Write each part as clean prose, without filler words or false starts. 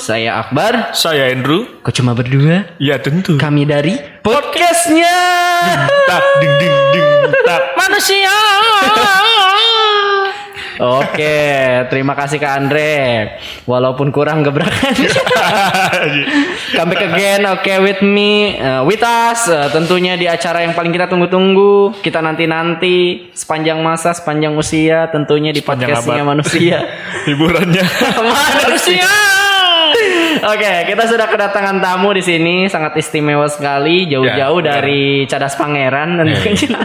Saya Akbar. Saya Andrew. Kok cuma berdua? Ya tentu. Kami dari podcastnya Tak ding ding ding tak manusia. Oke, terima kasih Kak Andre. Walaupun kurang gebrakan. Comeback again, oke, with me, with us. Tentunya di acara yang paling kita tunggu-tunggu. Kita nanti sepanjang masa, sepanjang usia. Tentunya di podcastnya manusia. Hiburannya manusia. Oke, kita sudah kedatangan tamu di sini, sangat istimewa sekali, jauh-jauh dari Cadas Pangeran tentunya.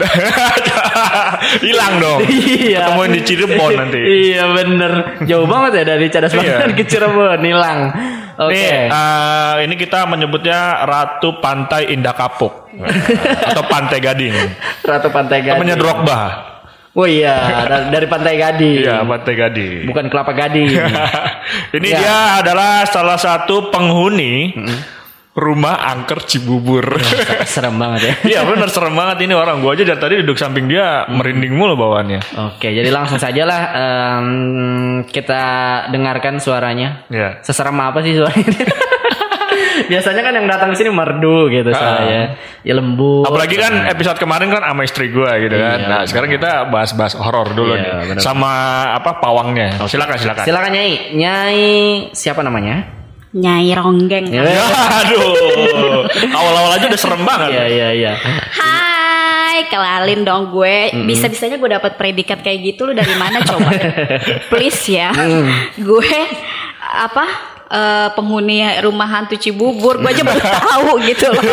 Hilang dong. Iya. Ketemuin di Cirebon nanti. Iya bener, jauh banget ya dari Cadas Pangeran ke Cirebon, hilang. Oke. Ini kita menyebutnya Ratu Pantai Indah Kapuk atau Pantai Gading. Ratu Pantai Gading. Temennya Drogba. Oh iya, dari Pantai Gading. Iya, Pantai Gading. Bukan Kelapa Gading. Ini dia adalah salah satu penghuni rumah angker Cibubur. Serem banget ya. Iya benar, serem banget ini orang. Gua aja dari tadi duduk samping dia merinding mulu bawaannya. Oke, jadi langsung saja lah kita dengarkan suaranya. Iya. Seserem apa sih suaranya? Biasanya kan yang datang ke sini merdu gitu saya. Ya lembut. Apalagi kan episode kemarin kan sama istri gue gitu kan. Iya, Nah, sekarang kita bahas-bahas horor dulu nih. Bener. Sama apa pawangnya. Okay. Silakan. Silakan Nyai. Nyai siapa namanya? Nyai Ronggeng. Ya, aduh. Awal-awal aja udah serem banget. Iya. Hai, kelalin dong gue. Bisa-bisanya gue dapat predikat kayak gitu, lu dari mana coba? Please ya. Gue penghuni rumah hantu Cibubur, gue aja baru tahu gitu loh.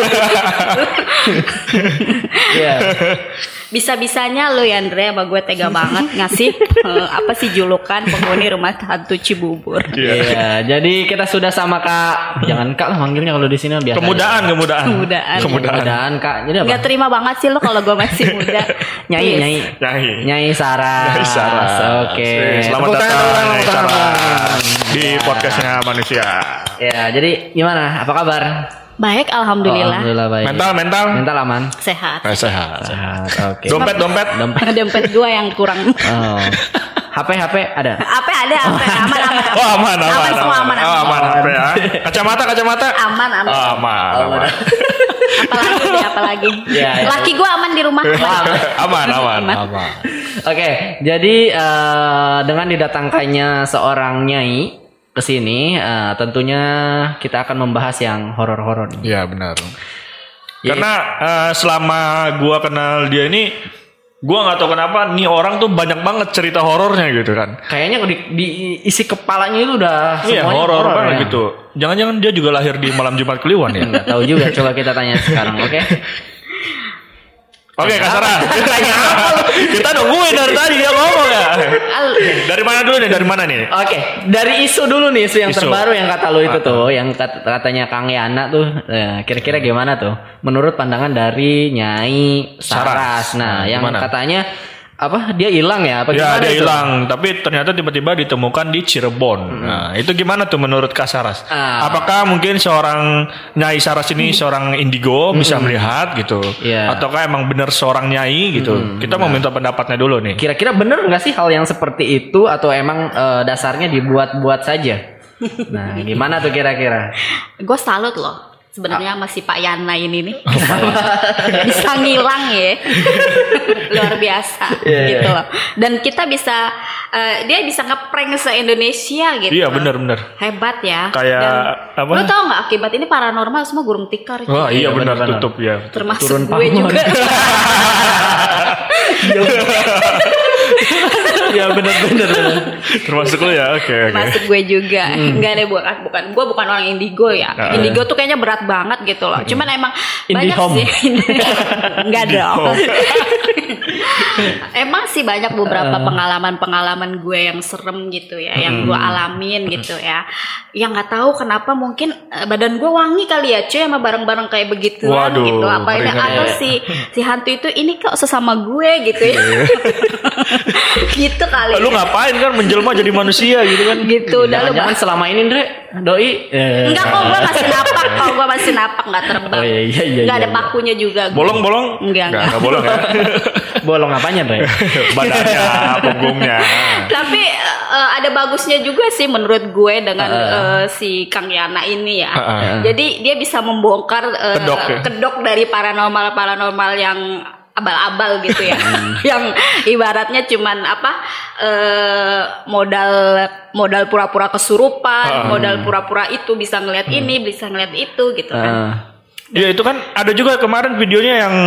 Iya. Bisa-bisanya lu ya Andre sama gue tega banget ngasih julukan penghuni rumah hantu Cibubur. Iya, jadi kita sudah sama Kak. Jangan Kak lah manggilnya kalau di sini biasa. Kemudahan. Kak. Jadi apa? Gak terima banget sih lo kalau gue masih muda. Nyai Saras. Oke. Selamat datang Nyai Saras di podcastnya manusia. Ya, jadi gimana? Apa kabar? Baik, alhamdulillah. Alhamdulillah baik. Mental aman. Sehat. Sehat. Oke. Dompet. Dompet gue yang kurang. Oh. HP ada? HP ada, aman. Oh, aman. Semua aman. Aman HP ya. Kacamata. Aman. Aman. Apalagi. Ya. Laki gue aman di rumah. Aman. Oke, jadi dengan didatangkannya seorang nyai ke sini, tentunya kita akan membahas yang horor-horor. Iya, benar. Karena selama gua kenal dia ini, gua nggak tahu kenapa nih orang tuh banyak banget cerita horornya gitu kan. Kayaknya di isi kepalanya itu udah Iya, semuanya horor banget ya. gitu. Jangan-jangan dia juga lahir di malam Jumat Kliwon ya? Nggak tahu juga, coba kita tanya sekarang, oke? Oke, Kak Sarah. Kita nungguin dari tadi dia ngomong ya. Dari mana dulu nih? Dari mana nih? Oke, dari isu dulu nih, isu yang Isu. terbaru yang kata lo itu tuh, yang katanya Kang Yana tuh, kira-kira gimana tuh? Menurut pandangan dari Nyai Saras. Nah, yang gimana? katanya dia hilang ya? Apa Ya, gimana dia itu? hilang, tapi ternyata tiba-tiba ditemukan di Cirebon. Nah, itu gimana tuh menurut Kak Saras? Apakah mungkin seorang Nyai Saras ini seorang indigo bisa melihat gitu? Iya. Ataukah emang benar seorang nyai gitu? Kita mau minta pendapatnya dulu nih. Kira-kira bener nggak sih hal yang seperti itu atau emang dasarnya dibuat-buat saja? Nah, gimana tuh kira-kira? Gue salut loh. Sebenarnya masih Pak Yana ini nih bisa ngilang ya. Luar biasa gitu loh. Dan kita bisa dia bisa ngeprank se-Indonesia gitu. Iya, benar. Hebat ya. Kayak apa? Lu tau gak akibat ini paranormal semua gurung tikar. Wah, iya benar benar. tutup ya. Termasuk Turun gue pamor. juga. Ya bener. Termasuk lu ya. Oke. Masuk gue juga. Enggak ada bukan. Gue bukan orang indigo ya. Indigo tuh kayaknya berat banget gitu loh. Cuman emang banyak Indihome. sih. Enggak dong. Emang sih banyak beberapa pengalaman gue yang serem gitu ya, yang gue alamin gitu ya. Yang nggak tahu kenapa mungkin badan gue wangi kali ya, cuy, sama barang-barang kayak begituan. Waduh, gitu. Apa ini atau si hantu itu ini kok sesama gue gitu ya. Gitu kali. Lu ngapain kan menjelma jadi manusia gitu kan? Gitu udah lu. Jangan selama ini Ndre, doi. Enggak kok, gue masih napak nggak terbang. Oh, iya. Nggak ada pakunya juga. Bolong? Enggak. Bolong ya. Bolong apanya, Dre? Badannya, punggungnya. Tapi ada bagusnya juga sih menurut gue dengan si Kang Yana ini ya. Jadi dia bisa membongkar kedok dari paranormal yang abal-abal gitu ya. Yang ibaratnya cuman modal pura-pura kesurupan, modal pura-pura itu bisa ngeliat ini, bisa ngeliat itu gitu kan. Ya itu kan ada juga kemarin videonya yang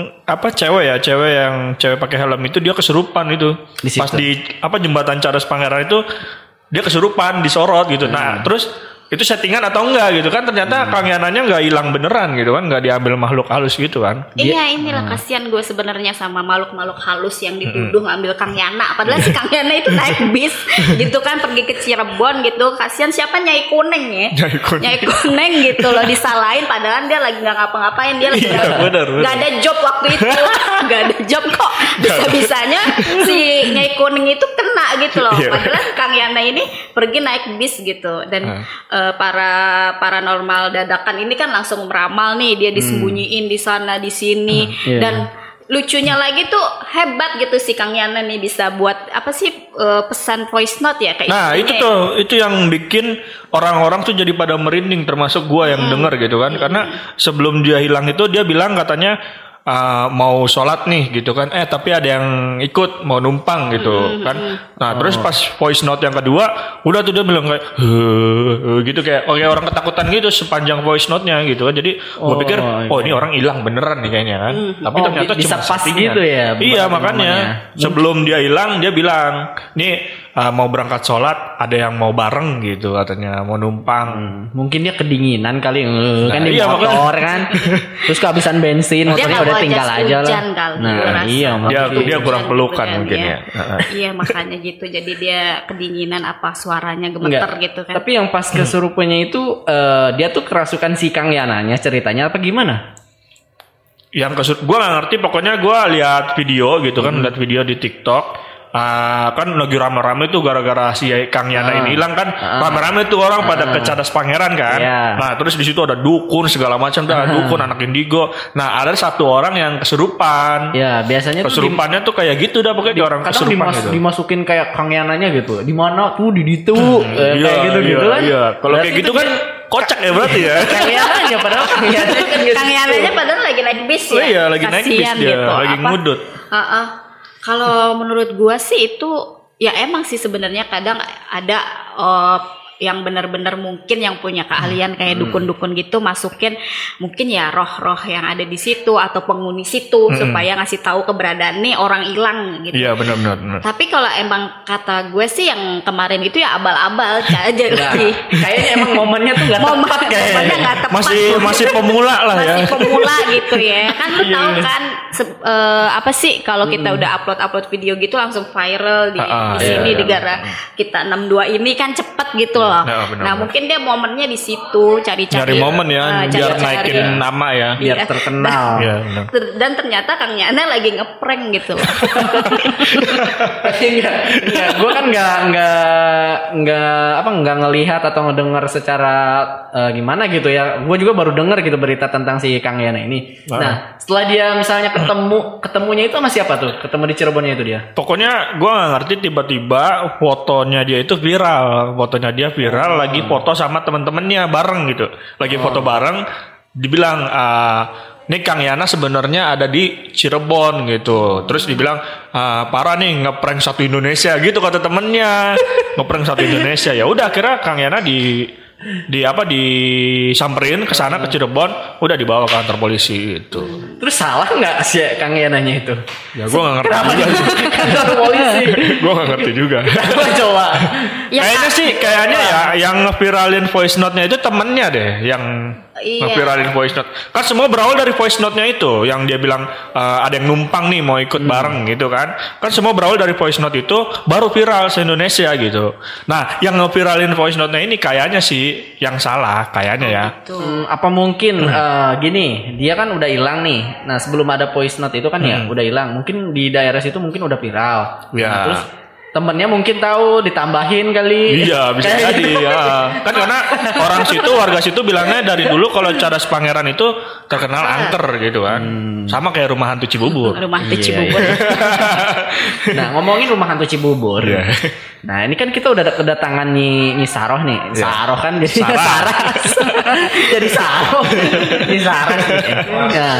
cewek pakai helm itu dia kesurupan itu. Pas di jembatan Charles Pangeran itu dia kesurupan, disorot gitu. Nah, terus itu settingan atau enggak gitu kan, ternyata Kang Yananya nggak hilang beneran gitu kan, nggak diambil makhluk halus gitu kan. Iya, inilah kasihan gue sebenarnya sama makhluk halus yang dituduh ngambil Kang Yana, padahal si Kang Yana itu naik bis gitu kan, pergi ke Cirebon gitu. Kasihan siapa, Nyai Kuneng ya, Nyai Kuneng gitu loh, disalahin padahal dia lagi nggak ngapa-ngapain, dia lagi nggak ada job waktu itu, nggak ada job kok, bisa-bisanya si Nyai Kuneng itu kena gitu loh, padahal Kang Yana ini pergi naik bis gitu. Dan para paranormal dadakan ini kan langsung meramal nih, dia disembunyiin di sana di sini. Dan lucunya lagi tuh hebat gitu si Kang Yana nih, bisa buat pesan voice note ya kayak. Nah itu yang bikin orang-orang tuh jadi pada merinding, termasuk gua yang denger gitu kan. Karena sebelum dia hilang itu dia bilang katanya mau sholat nih gitu kan, tapi ada yang ikut mau numpang gitu kan. Nah terus pas voice note yang kedua udah tuh dia bilang kayak gitu, kayak orang ketakutan gitu sepanjang voice note-nya gitu kan. Jadi gue pikir ini orang hilang beneran nih kayaknya kan. Tapi ternyata bisa cuma pas gitu ya. Iya makanya sebelum dia hilang dia bilang nih mau berangkat sholat, ada yang mau bareng gitu katanya, mau numpang. Mungkin dia kedinginan kali, kan di motor kan. Terus kehabisan bensin, motornya udah tinggal aja lah. Nah, dia kurang pelukan mungkin ya. Iya makanya gitu. Jadi dia kedinginan suaranya gemeter gitu kan. Tapi yang pas kesurupannya itu dia tuh kerasukan si Kang Yananya ceritanya apa gimana? Yang gue nggak ngerti, pokoknya gue lihat video gitu kan, lihat video di TikTok. Kan lagi rame-rame tuh gara-gara si Kang Yana ini hilang kan, rame-rame tuh orang pada ke Cadas Pangeran kan. Nah terus di situ ada dukun segala macam, dukun anak indigo. Nah ada satu orang yang kesurupan. Ya biasanya kesurupannya tuh kayak gitu dah, pokoknya orang kesurupan gitu. Dimasukin kayak Kang Yananya gitu. Di mana tuh di ditu kayak gitu kan. Iya. Kalau kayak gitu kan kocak ya berarti ya. Kang Yananya padahal Kang Yananya padahal lagi naik bis ya. Iya lagi naik bis dia, gitu. lagi ngudut. Kalau menurut gua sih itu ya emang sih sebenarnya kadang ada yang benar-benar mungkin yang punya keahlian kayak dukun-dukun gitu masukin mungkin ya roh-roh yang ada di situ atau penghuni situ supaya ngasih tahu keberadaan nih orang hilang gitu. Iya benar. Tapi kalau emang kata gue sih yang kemarin itu ya abal-abal aja sih. Kayaknya emang momennya tuh nggak tepat kayaknya nggak tepat. Masih pemula lah ya. Masih pemula gitu ya. Kan lu tahu kan apa sih kalau kita udah upload video gitu langsung viral di sini di gara kita 62 ini kan cepet gitu loh. Nah mungkin dia momennya di situ cari momen ya, biar naikin nama ya, biar terkenal. Dan ternyata Kang Yana lagi ngeprank gitu loh. Gue kan nggak ngelihat atau ngedengar secara gimana gitu ya. Gue juga baru dengar gitu berita tentang si Kang Yana ini. Nah setelah dia misalnya ketemunya itu sama siapa tuh? Ketemu di Cirebonnya itu dia. Pokoknya gue nggak ngerti, tiba-tiba fotonya dia itu viral. Lagi foto sama teman-temannya bareng gitu. Lagi foto bareng, dibilang nih Kang Yana sebenarnya ada di Cirebon gitu. Terus dibilang parah nih ngeprank satu Indonesia gitu kata temennya. Ngeprank satu Indonesia. Ya udah akhirnya Kang Yana disamperin ke sana ke Cirebon, udah dibawa ke kantor polisi itu. Terus salah nggak sih Kang Yananya itu? Ya gue nggak ngerti juga. Kantor polisi. Gue nggak ngerti juga. Coba. Kayaknya ya yang ngeviralin voice note-nya itu temennya deh yang ngeviralin voice note. Kan semua berawal dari voice note-nya itu yang dia bilang ada yang numpang nih mau ikut bareng gitu kan. Kan semua berawal dari voice note itu baru viral se-Indonesia gitu. Nah, yang ngeviralin voice note-nya ini kayaknya sih yang salah kayaknya ya. Apa mungkin gini, dia kan udah hilang nih. Nah, sebelum ada voice note itu kan ya udah hilang. Mungkin di daerah situ mungkin udah viral. Ya. Nah, terus temennya mungkin tahu ditambahin kali. Iya bisa jadi ya. Kan karena orang situ, warga situ bilangnya dari dulu kalau Cadas Pangeran itu terkenal angker gitu kan. Sama kayak rumah hantu Cibubur. Rumah hantu Cibubur. Nah ngomongin rumah hantu Cibubur. Nah ini kan kita udah kedatangan Nyi Saroh nih. Saroh kan jadi Saras. Jadi Saroh. Nyi Saras. Nah.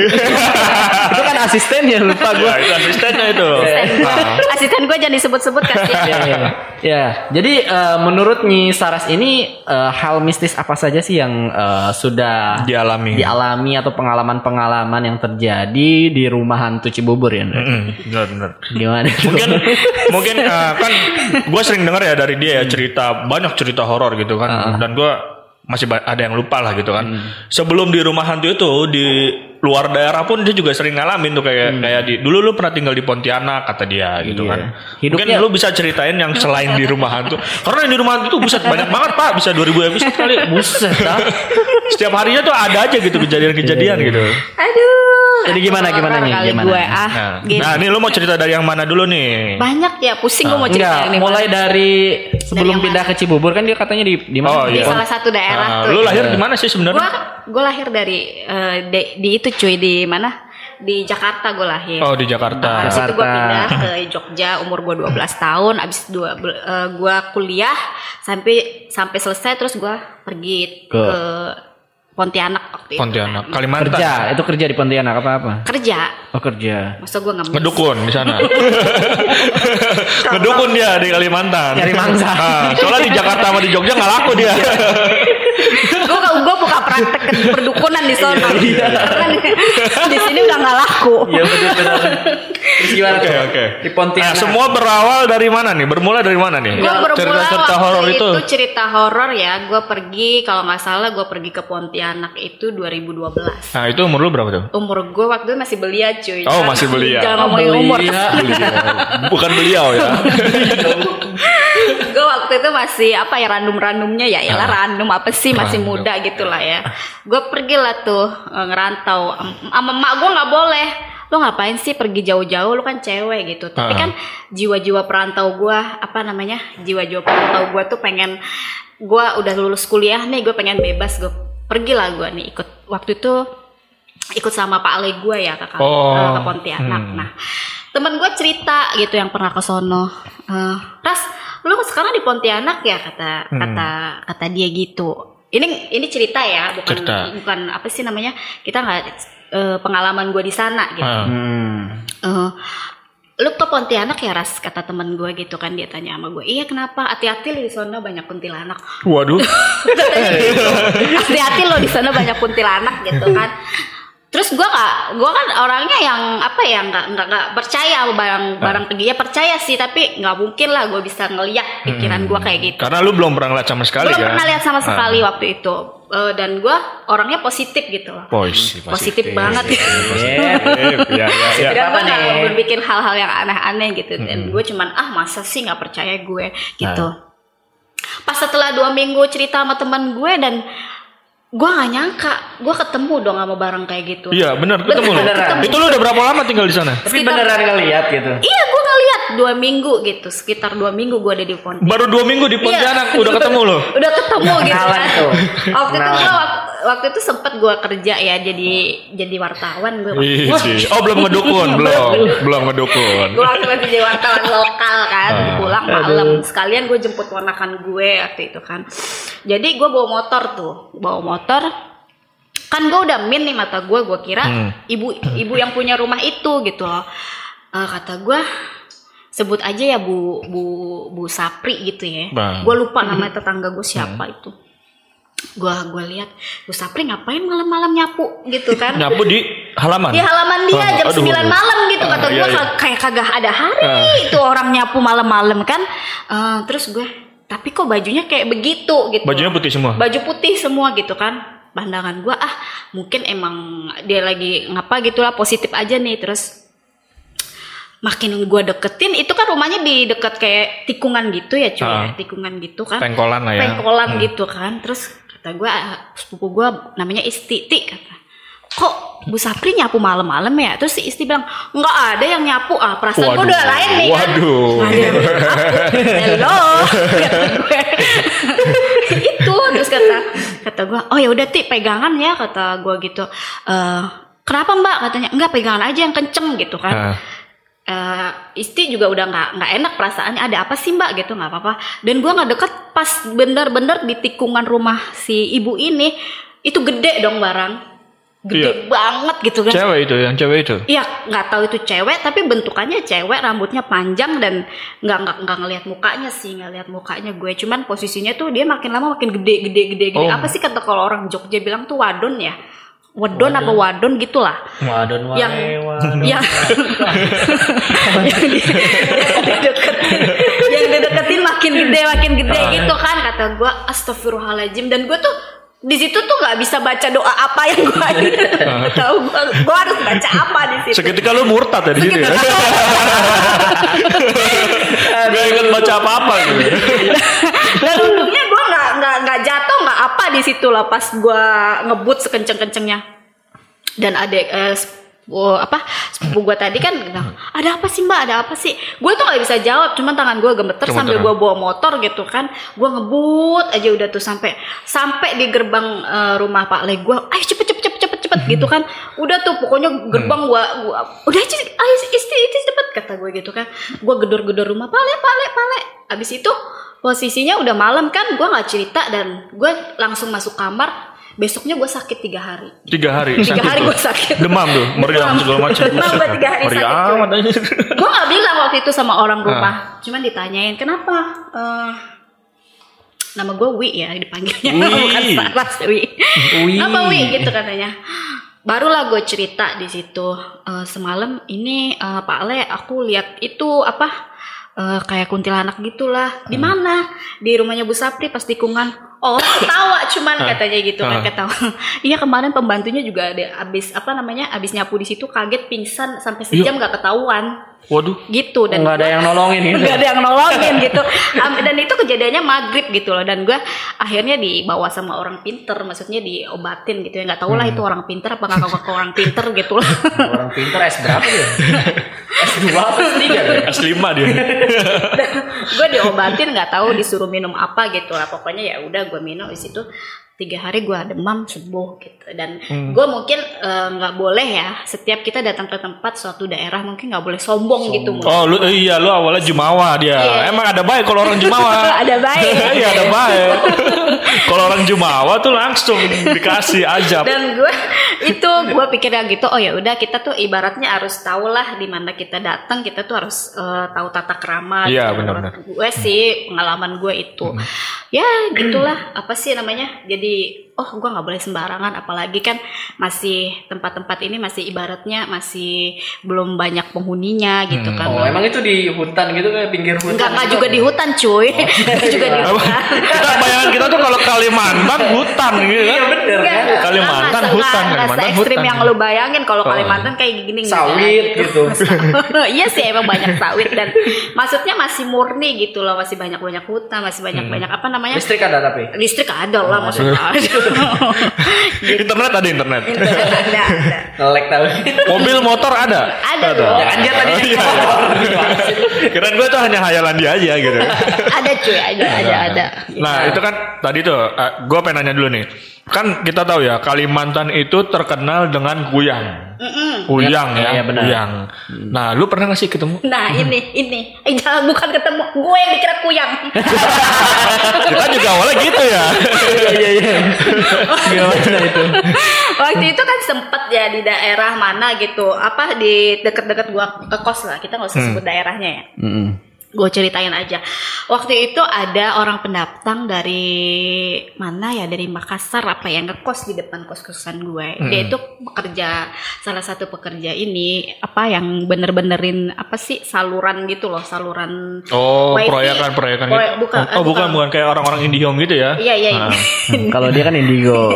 Itu kan asistennya, lupa gue. Itu asistennya itu. Asisten gue jangan disebut-sebut kasihan. Ya, jadi menurut Nyi Saras ini hal mistis apa saja sih yang sudah dialami atau pengalaman-pengalaman yang terjadi di rumah hantu Cibubur ya? Benar. Gimana? Mungkin kan gue sering dengar ya dari dia ya banyak cerita horor gitu kan, dan gue masih ada yang lupa lah gitu kan. Sebelum di rumah hantu itu di luar daerah pun dia juga sering ngalamin tuh kayak dulu lu pernah tinggal di Pontianak kata dia gitu kan. Mungkin lu bisa ceritain yang selain di rumah hantu. Karena yang di rumah hantu itu buset banyak banget Pak, bisa 2000 episode kali. Buset. Setiap harinya tuh ada aja gitu kejadian-kejadian gitu. Aduh. Jadi gimana nih? Gimana? Gue, nah, ini lu mau cerita dari yang mana dulu nih? Banyak ya, pusing gue mau cerita ini. Mulai dari sebelum pindah ke Cibubur kan dia katanya di mana? Di salah satu daerah tuh. Lu lahir di mana sih sebenarnya? Gue lahir dari di itu cuy, di mana? Di Jakarta gue lahir. Oh, di Jakarta. Habis itu gue pindah ke Jogja umur gue 12 tahun. Abis gue kuliah sampai selesai, terus gue pergi ke Pontianak waktu itu. Pontianak, Kalimantan. Itu kerja di Pontianak apa? Kerja. Oh, kerja. Masa gue nggak ngedukun di sana. Ngedukun dia di Kalimantan. Nyari mangsa. Soalnya di Jakarta sama di Jogja nggak laku dia. Gue buka praktek perdukunan di sana. Karena di sini udah nggak laku. Iya benar. Terus gimana? Oke. Di Pontianak. Semua berawal dari mana nih? Bermula dari mana nih? Cerita horor itu cerita horor ya. Gue pergi, kalau nggak salah gue pergi ke Pontianak itu 2012. Nah itu umur lu berapa tuh? Umur gue waktu itu masih belia cuy. Oh masih belia. Jangan ngomongin umur. Bukan beliau ya. Gue waktu itu masih random-randomnya ya. Yalah random apa sih, masih muda gitulah ya. Gue pergilah tuh ngerantau. Sama emak gue nggak boleh. Lo ngapain sih pergi jauh-jauh, lo kan cewek gitu. Tapi kan jiwa-jiwa perantau gue, jiwa-jiwa perantau gue tuh pengen, gue udah lulus kuliah nih, gue pengen bebas, gue pergilah gue nih ikut sama Pak Ale gue ya ke Pontianak. Nah temen gue cerita gitu yang pernah ke sono, Ras, lo sekarang di Pontianak ya kata dia gitu. Ini cerita ya, bukan apa sih namanya, kita nggak pengalaman gue di sana gitu. Lu ke Pontianak ya Ras, kata temen gue gitu kan, dia tanya sama gue, iya kenapa, hati-hati lo di sana banyak kuntilanak. Waduh. Gitu. Hati-hati lo di sana banyak kuntilanak gitu kan. Terus gue kan orangnya yang nggak percaya barang pergi, ya percaya sih, tapi nggak mungkin lah gue bisa ngeliat pikiran gue kayak gitu. Karena lu belum pernah lihat sama sekali. Belum pernah lihat sama sekali waktu itu. Dan gue orangnya positif gitu loh. Positif banget. Dan gue nggak berpikir hal-hal yang aneh-aneh gitu. Dan gue cuman masa sih nggak percaya gue gitu. Pas setelah 2 minggu cerita sama teman gue, dan gue gak nyangka gue ketemu dong sama barang kayak gitu. Iya benar, ketemu. Itu lu udah berapa lama tinggal di sana? Tapi beneran ngeliat gitu. Iya gue ngeliat 2 minggu gitu, sekitar 2 minggu gue ada di Pontianak. Baru 2 minggu di Pontianak udah ketemu lo? Udah ketemu gitu kan. Waktu itu sempet gue kerja ya, jadi wartawan gue. Oh belum ngedukun, belum ngedukun. Gue waktu masih jadi wartawan lokal kan, pulang malam. Sekalian gue jemput ponakan gue waktu itu kan. Jadi gue bawa motor, kan gue udah nih mata gue kira ibu yang punya rumah itu gitu loh. Kata gue, sebut aja ya Bu Sapri gitu ya. Gue lupa nama tetangga gue siapa itu. Gue lihat Bu Sapri ngapain malam-malam nyapu gitu kan. Nyapu di halaman? Di halaman dia jam 9 malam gitu. Kata gue kayak kagak ada hari itu orang nyapu malam-malam kan. Terus gue, tapi kok bajunya kayak begitu gitu. Bajunya putih semua? Baju putih semua gitu kan. Pandangan gue, mungkin emang dia lagi ngapa gitulah, positif aja nih. Terus makin gue deketin, itu kan rumahnya di dekat kayak tikungan gitu ya cuy. Tikungan gitu kan. Pengkolan lah ya. Pengkolan gitu kan. Terus kata gue, sepupu gue namanya Istiti kata. kok Bu Sapri nyapu malam-malam ya? Terus si istri bilang, nggak ada yang nyapu. Perasaan gue udah lain nih kan. Waduh. Nggak ada yang nyapu. Hello. Kata gue. Itu terus kata gue, oh ya udah Ti pegangan ya, kata gue gitu. Kenapa Mbak? Katanya, enggak, pegangan aja yang kenceng gitu kan. Istri juga udah nggak enak perasaannya, ada apa sih Mbak gitu, nggak apa-apa. Dan gue nggak deket, pas bener-bener di tikungan rumah si ibu ini itu gede dong barang. Gede banget gitu kan. Yang cewek itu. Iya, nggak tahu itu cewek tapi bentukannya cewek, rambutnya panjang dan nggak ngelihat mukanya sih, nggak lihat mukanya gue. Cuman posisinya tuh dia makin lama makin gede. Apa sih kata kalau orang Jogja bilang tuh wadon ya? Wadon apa wadon gitulah. Wadon yang dideketin makin gede gitu kan, kata gue astagfirullahaladzim. Dan gue tuh di situ tuh nggak bisa baca doa apa yang gue tahu, gue harus baca apa di situ. Seketika lu murtad ya di situ ya. Gak inget baca apa gitu. Dan untungnya gue nggak jatuh nggak apa di situ lah pas gue ngebut sekenceng-kencengnya. Dan adek sepupu gue tadi kan bilang, ada apa sih Mbak, ada apa sih? Gue tuh gak bisa jawab, cuman tangan gue gemeter sambil gue bawa motor gitu kan. Gue ngebut aja udah tuh sampai di gerbang rumah Pak Le. Gue ayo cepet gitu kan. Udah tuh pokoknya gerbang gue udah aja, ayo istri cepet kata gue gitu kan. Gue gedor rumah Pak Le. Abis itu posisinya udah malam kan, gue gak cerita dan gue langsung masuk kamar. Besoknya gue sakit 3 hari. 3 hari? 3 hari gue sakit. Demam tuh, meriang segala macam. Demam gue 3 hari sakit. Amat aja. Gue gak bilang waktu itu sama orang rumah. Cuman ditanyain, kenapa? Nama gue Wi ya dipanggilnya. Bukan Saras, Wi. Kenapa Wi gitu katanya. Barulah gue cerita di situ. Semalam ini Pak Le, aku lihat itu kayak kuntilanak gitulah. Di mana? Di rumahnya Bu Sapri pas tikungan. Oh, ketawa cuman katanya gitu kan, ketawa. Iya, kemarin pembantunya juga ada abis nyapu di situ, kaget pingsan sampai sejam gak ketahuan. Waduh. Gitu. Dan nggak ada yang nolongin gitu. Nggak ada yang nolongin gitu. Dan itu kejadiannya maghrib gitu loh. Dan gue akhirnya dibawa sama orang pinter, maksudnya diobatin gitu ya. Nggak tahu lah itu orang pinter apa nggak orang pinter gitu lah. Orang pinter S berapa ya? S2 apa S3 ya? S5 dia. Gue diobatin nggak tahu disuruh minum apa gitu lah. Pokoknya ya udah gue minum di situ. 3 hari gue demam sembuh gitu. Dan gue mungkin nggak boleh ya, setiap kita datang ke tempat suatu daerah mungkin nggak boleh sombong gitu. Oh lu awalnya Jumawa dia. Yeah. Emang ada baik kalau orang Jumawa. Ada baik. Iya ada baik. Kalau orang Jumawa tuh langsung dikasih ajab. Dan gue pikirnya gitu. Oh ya udah, kita tuh ibaratnya harus tahu lah di mana kita datang. Kita tuh harus tahu tata krama. Iya benar-benar. Gue sih pengalaman gue itu. Ya gitulah, apa sih namanya, jadi gue nggak boleh sembarangan, apalagi kan masih tempat-tempat ini masih ibaratnya masih belum banyak penghuninya gitu kan. Oh emang itu di hutan gitu, kayak pinggir hutan? Enggak juga di hutan cuy. Juga di hutan. Kita bayangan kita tuh kalau Kalimantan hutan gitu kan. Iya bener kan. Kalimantan hutan, Kalimantan ekstrim hutan. yang lu bayangin. Kalau Kalimantan kayak gini sawit gitu. Iya sih emang banyak sawit, dan maksudnya masih murni gitu loh, masih banyak hutan, masih banyak apa namanya, listrik ada tapi listrik ada lah maksudnya. Gitu. Internet ada. Ada. Ngelek tahu. Mobil motor ada. Ada loh. Ya kan dia tadi motor. Kirain gue tuh hanya hayalan dia aja gitu. Ada cuy, ada. Nah itu kan tadi tuh gue pengen nanya dulu nih. Kan kita tahu ya Kalimantan itu terkenal dengan kuyang. Kuyang ya, iya, benar. kuyang. Nah, lu pernah gak sih ketemu? Nah ini, jangan, bukan ketemu, gue yang dikira kuyang. Kita juga awalnya gitu ya. Iya. Gimana itu? Waktu itu kan sempet ya di daerah mana gitu, di deket-deket gua ke kos lah, kita nggak usah sebut daerahnya ya. Gue ceritain aja. Waktu itu ada orang pendatang dari mana ya, dari Makassar apa yang ngekos di depan kos-kosan gue. Dia itu salah satu pekerja ini yang bener-benerin saluran gitu loh, saluran. Oh, proyekan gitu. Bukan kayak orang-orang IndiHome gitu ya. Iya. Kalau dia kan indigo.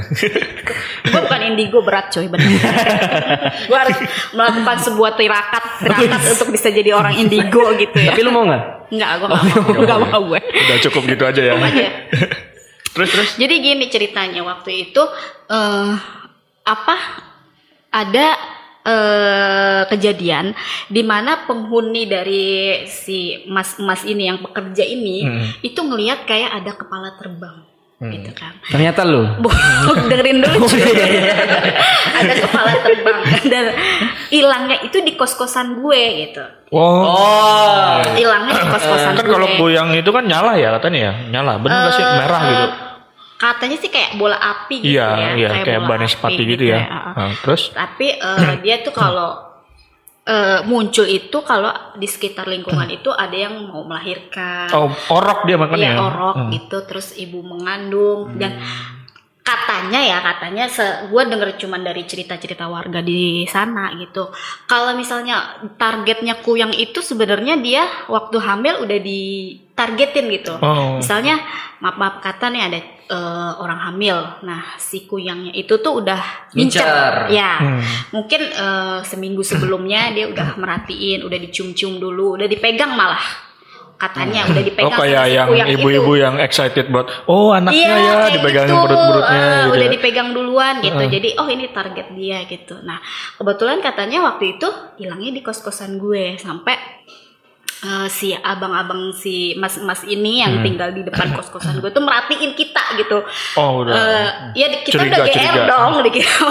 Gue bukan indigo, berat coy, bener. Gue harus melakukan sebuah tirakat untuk bisa jadi orang indigo gitu ya. Tapi lu mau nggak? Nggak, gue nggak mau gue. Udah cukup gitu aja ya. Cukup aja. Terus. Jadi gini ceritanya, waktu itu ada kejadian di mana penghuni dari si mas ini yang pekerja ini itu ngelihat kayak ada kepala terbang gitu kan. Ternyata lu dengerin dulu ada kepala terbang dan hilangnya itu di kos-kosan gue gitu. Hilangnya di kos-kosan kan gue. Kalau goyang itu kan nyala ya katanya ya, nyala bener gak sih, merah gitu. Katanya sih kayak bola api gitu iya, kayak ban sepati gitu ya. Terus? Tapi dia tuh kalau muncul itu kalau di sekitar lingkungan itu ada yang mau melahirkan. Orok dia makanya. Iya, orok gitu. Terus ibu mengandung dan katanya gue denger cuman dari cerita-cerita warga di sana gitu. Kalau misalnya targetnya kuyang itu sebenarnya dia waktu hamil udah ditargetin gitu. Misalnya maaf kata nih ada orang hamil. Nah, si kuyangnya itu tuh udah ngincer. Ya. Mungkin seminggu sebelumnya dia udah merhatiin, udah dicium-cium dulu, udah dipegang malah. Katanya udah dipegang. Kayak yang ibu-ibu yang excited buat anaknya ya dipegangin gitu. perut-perutnya gitu. Udah dipegang duluan gitu. Jadi ini target dia gitu. Nah, kebetulan katanya waktu itu hilangnya di kos-kosan gue sampai si abang-abang si mas-mas ini yang tinggal di depan kos-kosan gue tuh merhatiin kita gitu. Ya kita udah GR dong dikira.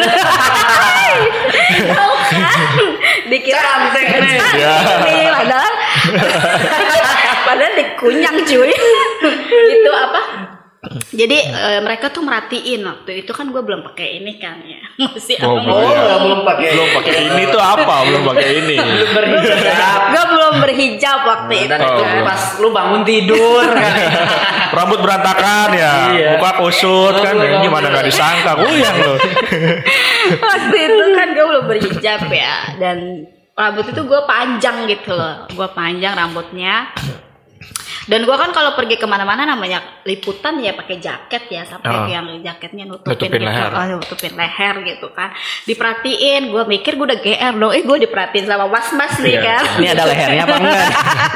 Dikira cantik nih. Padahal dikunyang cuy. Gitu jadi mereka tuh merhatiin waktu itu kan gue belum pakai ini kan ya. Masih belum pakai ini tuh apa? Belum pakai ini. Belum berhijab. Gue belum berhijab waktu itu. Dan itu pas lu bangun tidur kan. Rambut berantakan ya. Muka kusut kan. Gimana gak disangka kuyang lo. Waktu itu kan gue belum berhijab ya. Dan rambut itu gue panjang gitu loh. Gue panjang rambutnya. Dan gue kan kalau pergi kemana-mana namanya liputan ya pakai jaket ya sampai yang jaketnya nutupin leher. Nutupin leher gitu kan. Diperhatiin, gue mikir gue udah GR dong. Gue diperhatiin sama mas-mas nih kan. Ini ada lehernya apa enggak?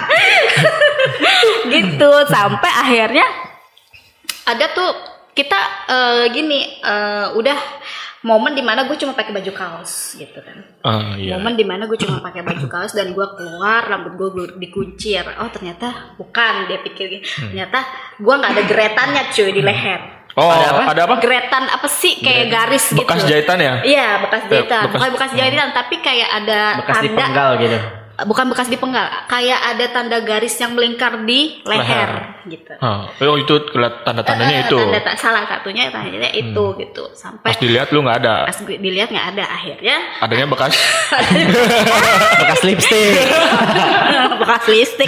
Gitu sampai akhirnya ada tuh kita udah momen dimana gue cuma pakai baju kaos gitu kan. Momen dimana gue cuma pakai baju kaos dan gue keluar rambut gue dikuncir. Ternyata bukan, dia pikir ternyata gue nggak ada geretannya cuy di leher. Ada apa? Geretan apa sih kayak garis gitu. Bekas jahitan ya? Iya, bekas jahitan. Bukan bekas jahitan tapi kayak ada bekas tanda dipenggal gitu. Bukan bekas dipenggal, kayak ada tanda garis yang melingkar di leher. Gitu. Itu tanda-tandanya itu. Salah satunya tandanya itu gitu. Sampai pas dilihat lu nggak ada. Pas dilihat nggak ada, akhirnya. Adanya bekas. Bekas lipstik. Bekas lipstik.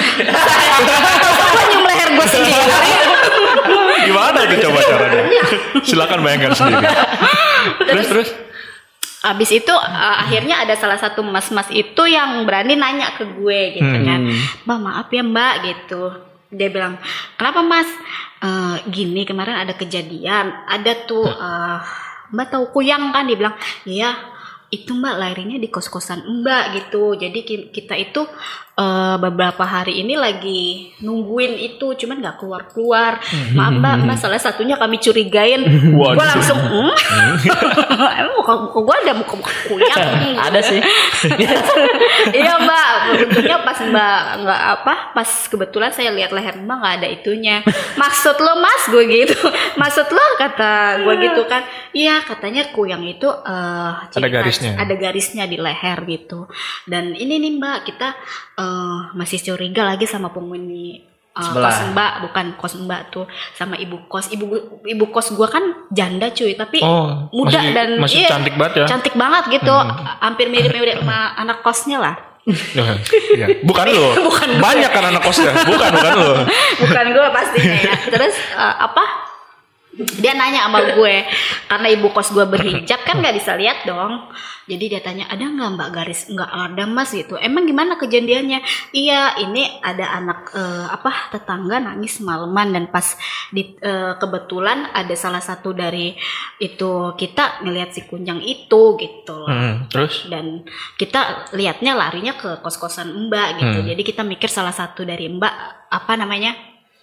Gue nyium leher gue sendiri. Gimana itu coba caranya? Silakan bayangkan sendiri. Terus. Abis itu akhirnya ada salah satu mas-mas itu yang berani nanya ke gue gitu kan. Mbak maaf ya mbak gitu. Dia bilang kenapa mas? Gini kemarin ada kejadian. Ada tuh mbak tahu kuyang kan? Dia bilang iya itu mbak lahirnya di kos-kosan mbak gitu. Jadi kita itu beberapa hari ini lagi nungguin itu cuman nggak keluar. Maaf mbak salah satunya kami curigain. Gue langsung emang muka gue ada muka kuyang. Ada sih. Iya mbak, untungnya pas mbak nggak pas kebetulan saya lihat leher mbak nggak ada itunya. Maksud lo mas, gue gitu. Maksud lo kata gue gitu kan. Iya katanya kuyang itu ada garisnya. Ada garisnya di leher gitu. Dan ini nih mbak kita masih curiga lagi sama penghuni kos mbak, bukan kos mbak tuh, sama ibu kos. Ibu kos gue kan janda cuy, tapi muda dan masih cantik banget ya. Cantik banget gitu, hampir mirip-mirip sama anak kosnya lah. Bukan lo. Banyak kan anak kosnya. Bukan lo. Bukan gue pastinya ya. Terus dia nanya sama gue karena ibu kos gue berhijab kan nggak bisa lihat dong. Jadi dia tanya ada nggak mbak garis? Nggak ada mas gitu. Emang gimana kejadiannya? Iya ini ada anak tetangga nangis malaman dan pas kebetulan ada salah satu dari itu kita ngelihat si kunjang itu gitu. Terus? Dan kita lihatnya larinya ke kos-kosan mbak gitu. Jadi kita mikir salah satu dari mbak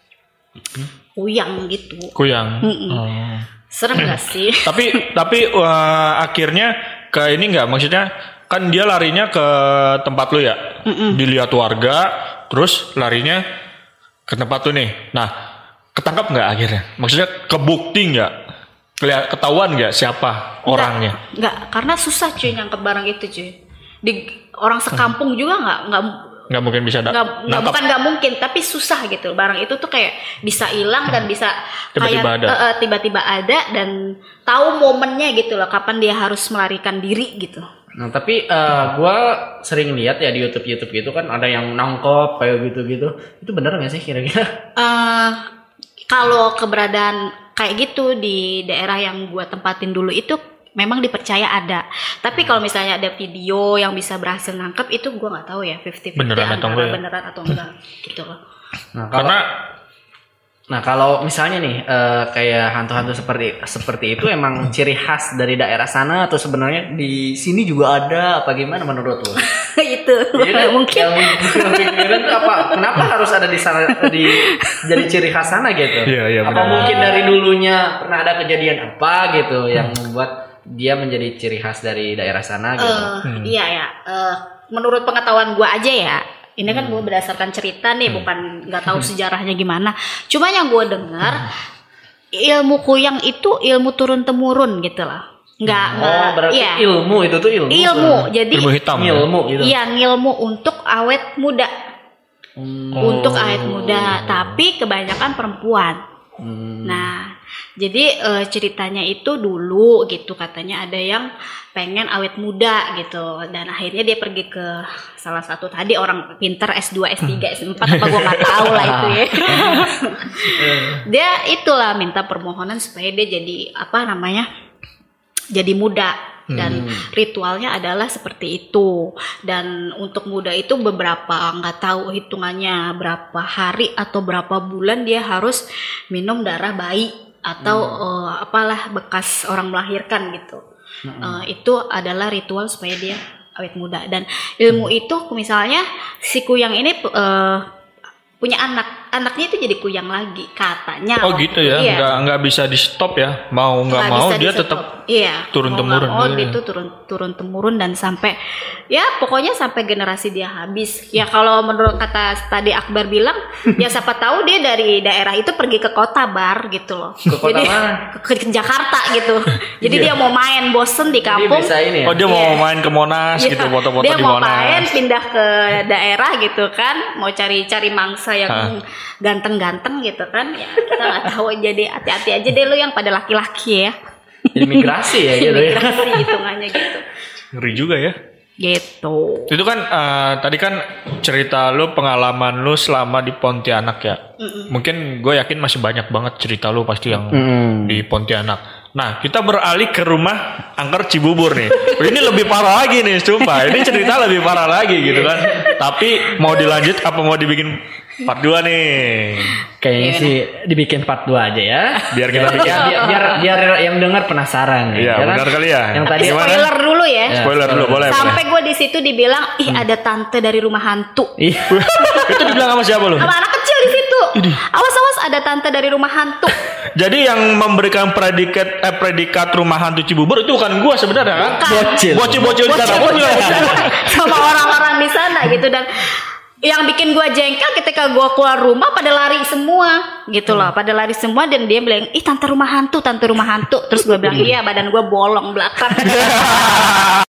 kuyang gitu. Kuyang. Serem gak sih? Tapi akhirnya ke ini nggak, maksudnya kan dia larinya ke tempat lu ya, dilihat warga, terus larinya ke tempat lu nih. Nah, ketangkap nggak akhirnya? Maksudnya kebukti nggak? Ketahuan nggak siapa orangnya? Nggak, karena susah cuy nangkep barang itu cuy. Di orang sekampung juga nggak mungkin bisa bukan nggak mungkin, tapi susah gitu. Barang itu tuh kayak bisa hilang dan bisa tiba-tiba ada dan tahu momennya gitu loh, kapan dia harus melarikan diri gitu. Nah tapi gue sering lihat ya di YouTube gitu kan ada yang nangkep kayak gitu. Itu benar nggak sih kira-kira? Kalau keberadaan kayak gitu di daerah yang gue tempatin dulu itu memang dipercaya ada. Tapi kalau misalnya ada video yang bisa berhasil nangkep itu gue nggak tahu ya 50-50 beneran atau enggak gitu loh. Nah kalau misalnya nih kayak hantu-hantu seperti itu emang ciri khas dari daerah sana atau sebenarnya di sini juga ada apa gimana menurut lo? Itu mungkin yang pikiran tuh apa? Kenapa harus ada di sana jadi ciri khas sana gitu? Iya, apa mungkin dari dulunya pernah ada kejadian apa gitu yang membuat dia menjadi ciri khas dari daerah sana gitu? Iya ya. Menurut pengetahuan gue aja ya. Ini kan gue berdasarkan cerita nih, bukan nggak tahu sejarahnya gimana. Cuma yang gue dengar ilmu kuyang itu ilmu turun temurun gitu lah. Berarti iya. Ilmu itu tuh ilmu. Jadi ilmu hitam. Ilmu gitu. Iya, ilmu untuk awet muda. Untuk awet muda, tapi kebanyakan perempuan. Nah, jadi ceritanya itu dulu gitu, katanya ada yang pengen awet muda gitu, dan akhirnya dia pergi ke salah satu tadi orang pinter S2, S3, S4 apa gue nggak tahu lah itu ya. Dia itulah minta permohonan supaya dia jadi jadi muda. Dan ritualnya adalah seperti itu. Dan untuk muda itu beberapa, nggak tahu hitungannya berapa hari atau berapa bulan dia harus minum darah bayi atau apalah bekas orang melahirkan gitu. Itu adalah ritual supaya dia awet muda. Dan ilmu itu misalnya si kuyang ini punya anaknya itu jadi kuyang lagi katanya. Oh gitu ya, iya. nggak bisa di stop ya, mau nggak mau dia tetap turun temurun. Itu turun temurun dan sampai ya pokoknya sampai generasi dia habis. Ya kalau menurut kata tadi Akbar bilang, ya siapa tahu dia dari daerah itu pergi ke kota Bar gitu loh. Jadi ke Jakarta gitu. Jadi dia mau main bosen di kampung. Ya? Oh dia mau main ke Monas gitu, foto-foto di Monas. Dia mau main pindah ke daerah gitu kan, mau cari mangsa yang ganteng-ganteng gitu kan, ya kita nggak tahu. Jadi hati-hati aja deh lu yang pada laki-laki ya. Imigrasi ya gitu ya. Imigrasi hitungannya gitu. Ngeri juga ya. Gitu. Itu kan tadi kan cerita lu, pengalaman lu selama di Pontianak ya. Mungkin gue yakin masih banyak banget cerita lu pasti yang di Pontianak. Nah, kita beralih ke rumah angker Cibubur nih. Ini lebih parah lagi nih, sumpah. Ini cerita lebih parah lagi gitu kan. Tapi mau dilanjut apa mau dibikin part 2 nih? Kayaknya sih dibikin part 2 aja ya. Biar kita biar yang dengar penasaran ya. Iya, benar kali ya. Yang tadi spoiler dulu ya. Spoiler dulu boleh. Sampai gue di situ dibilang, "Ih, ada tante dari rumah hantu." Itu dibilang sama siapa lu? Sama anak kecil di situ. Awas ada tante dari rumah hantu. Jadi yang memberikan predikat rumah hantu Cibubur itu bukan gua sebenarnya kan? Bocil-bocil di sana pun sama orang-orang di sana gitu. Dan yang bikin gua jengkel ketika gua keluar rumah pada lari semua gitu loh, pada lari semua dan dia bilang, "Ih, tante rumah hantu." Terus gua bilang, "Iya, badan gua bolong belakang."